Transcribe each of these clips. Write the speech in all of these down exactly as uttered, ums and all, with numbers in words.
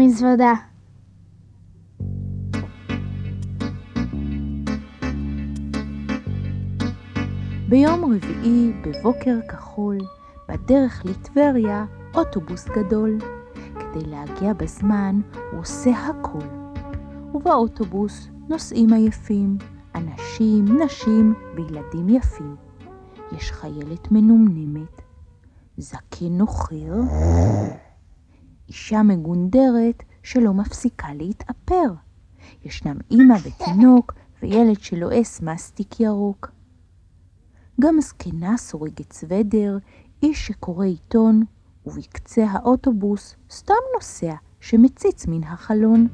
המזוודה. ביום רביעי בבוקר כחול, בדרך לטבריה, אוטובוס גדול. כדי להגיע בזמן הוא עושה הכל. ובאוטובוס נוסעים עייפים, אנשים, נשים וילדים יפים. יש חיילת מנומנמת, זקן נוחר, אישה מגונדרת שלא מפסיקה להתאפר. ישנם אמא ותינוק וילד שלועס מסטיק ירוק. גם זקנה סורגת סוודר, איש שקורא עיתון, ובקצה האוטובוס סתם נוסע שמציץ מן החלון.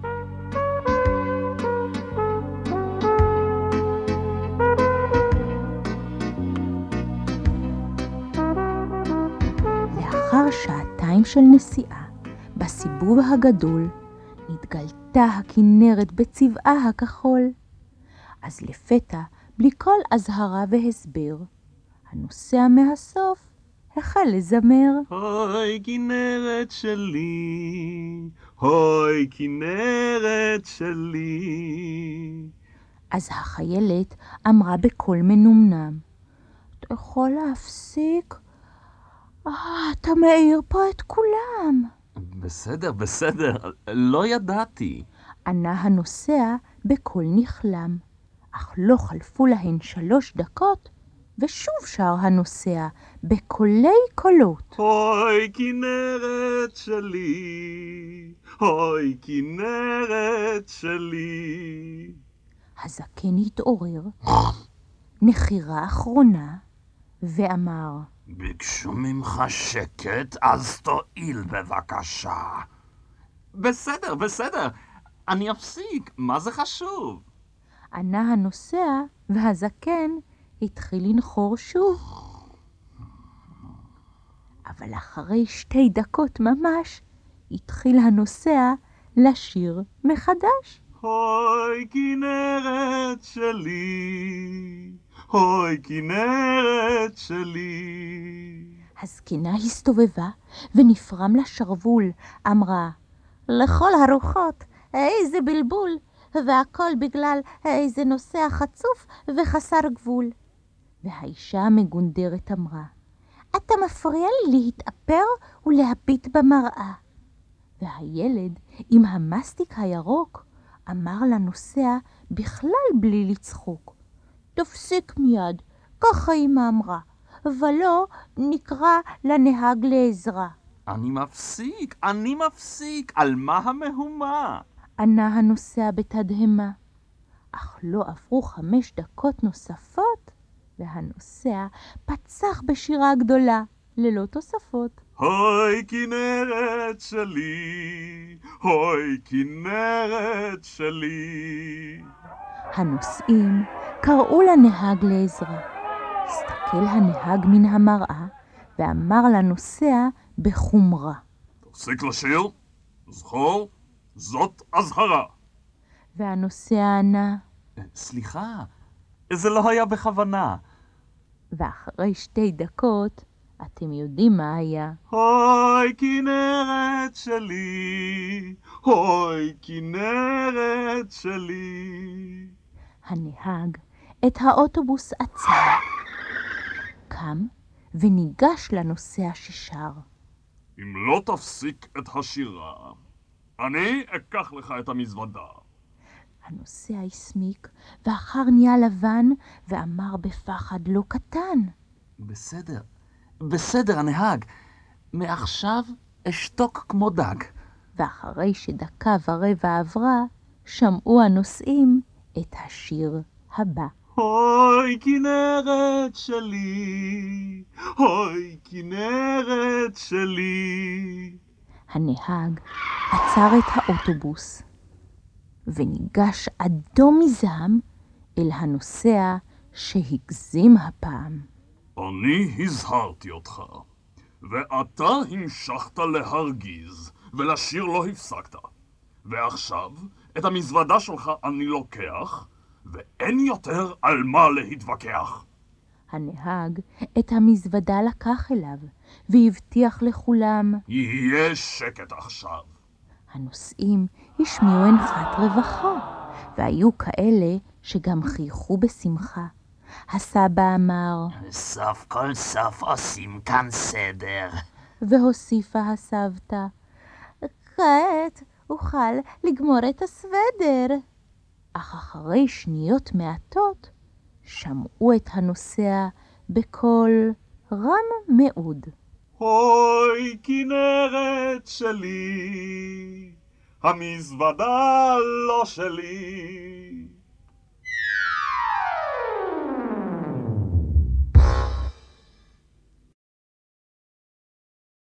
לאחר שעתיים של נסיעה, בסיבוב הגדול, נתגלתה הכנרת בצבעה הכחול. אז לפתע, בלי כל אזהרה והסבר, הנוסע מהסוף החל לזמר. הוי כנרת שלי, הוי כנרת שלי. אז החיילת אמרה בקול מנומנם, אתה יכול להפסיק? אה, אתה מעיר פה את כולם. בסדר, בסדר, לא ידעתי. ענה הנוסע בקול נכלם. אך לא חלפו להן שלוש דקות, ושוב שר הנוסע בקולי קולות. הוי כנרת שלי, הוי כנרת שלי. הזקן התעורר, נחירה אחרונה, ואמר, ביקשו ממך שקט, אז תועיל בבקשה. בסדר, בסדר, אני אפסיק, מה זה חשוב? ענה הנוסע, והזקן התחיל לנחור שוב. אבל אחרי שתי דקות ממש, התחיל הנוסע לשיר מחדש. הוי כנרת שלי, הוי כנרת שלי. הזקנה הסתובבה ונפרם לשרוול, אמרה, לכל הרוחות, איזה בלבול, והכל בגלל איזה נוסע חצוף וחסר גבול. והאישה המגונדרת אמרה, אתה מפריע לי להתאפר ולהביט במראה. והילד עם המסטיק הירוק אמר לנוסע בכלל בלי לצחוק, תפסיק מיד, ככה אמא אמרה, ולא נקרא לנהג לעזרה. אני מפסיק, אני מפסיק, על מה המהומה? ענה הנוסע בתדהמה. אך לא עברו חמש דקות נוספות, והנוסע פצח בשירה גדולה, ללא תוספות. הוי כנרת שלי, הוי כנרת שלי. הנוסעים קראו לנהג לעזרה. הסתכל הנהג מן המראה, ואמר לנוסע בחומרה, תפסיק לשיר, זכור, זאת אזהרה. והנוסע ענה, סליחה, זה לא היה בכוונה. ואחרי שתי דקות, אתם יודעים מה היה. הוי כנרת שלי, הוי כנרת שלי. הנהג את האוטובוס עצר, קם וניגש לנוסע ששר. אם לא תפסיק את השירה, אני אקח לך את המזוודה. הנוסע הסמיק, ואחר נהיה לבן, ואמר בפחד לא קטן, בסדר, בסדר הנהג, מעכשיו אשתוק כמו דג. ואחרי שדקה ורבע עברה, שמעו הנוסעים את השיר הבא. הוי כנרת שלי, הוי כנרת שלי. הנהג עצר את האוטובוס, וניגש אדום מזעם אל הנוסע שהגזים הפעם. אני הזהרתי אותך, ואתה המשכת להרגיז, ולשיר לא הפסקת. ועכשיו, את המזוודה שלך אני לוקח, ואין יותר על מה להתווכח. הנהג את המזוודה לקח אליו, והבטיח לכולם. יהיה שקט עכשיו. הנוסעים השמיעו אנחת רווחה, והיו כאלה שגם חייכו בשמחה. הסבא אמר, סוף כל סוף עושים כאן סדר. והוסיפה הסבתא, כעת אוכל לגמור את הסוודר. אך אחרי שניות מעטות שמעו את הנוסע בקול רם מאוד. אוי כנרת שלי, המזוודה לא שלי.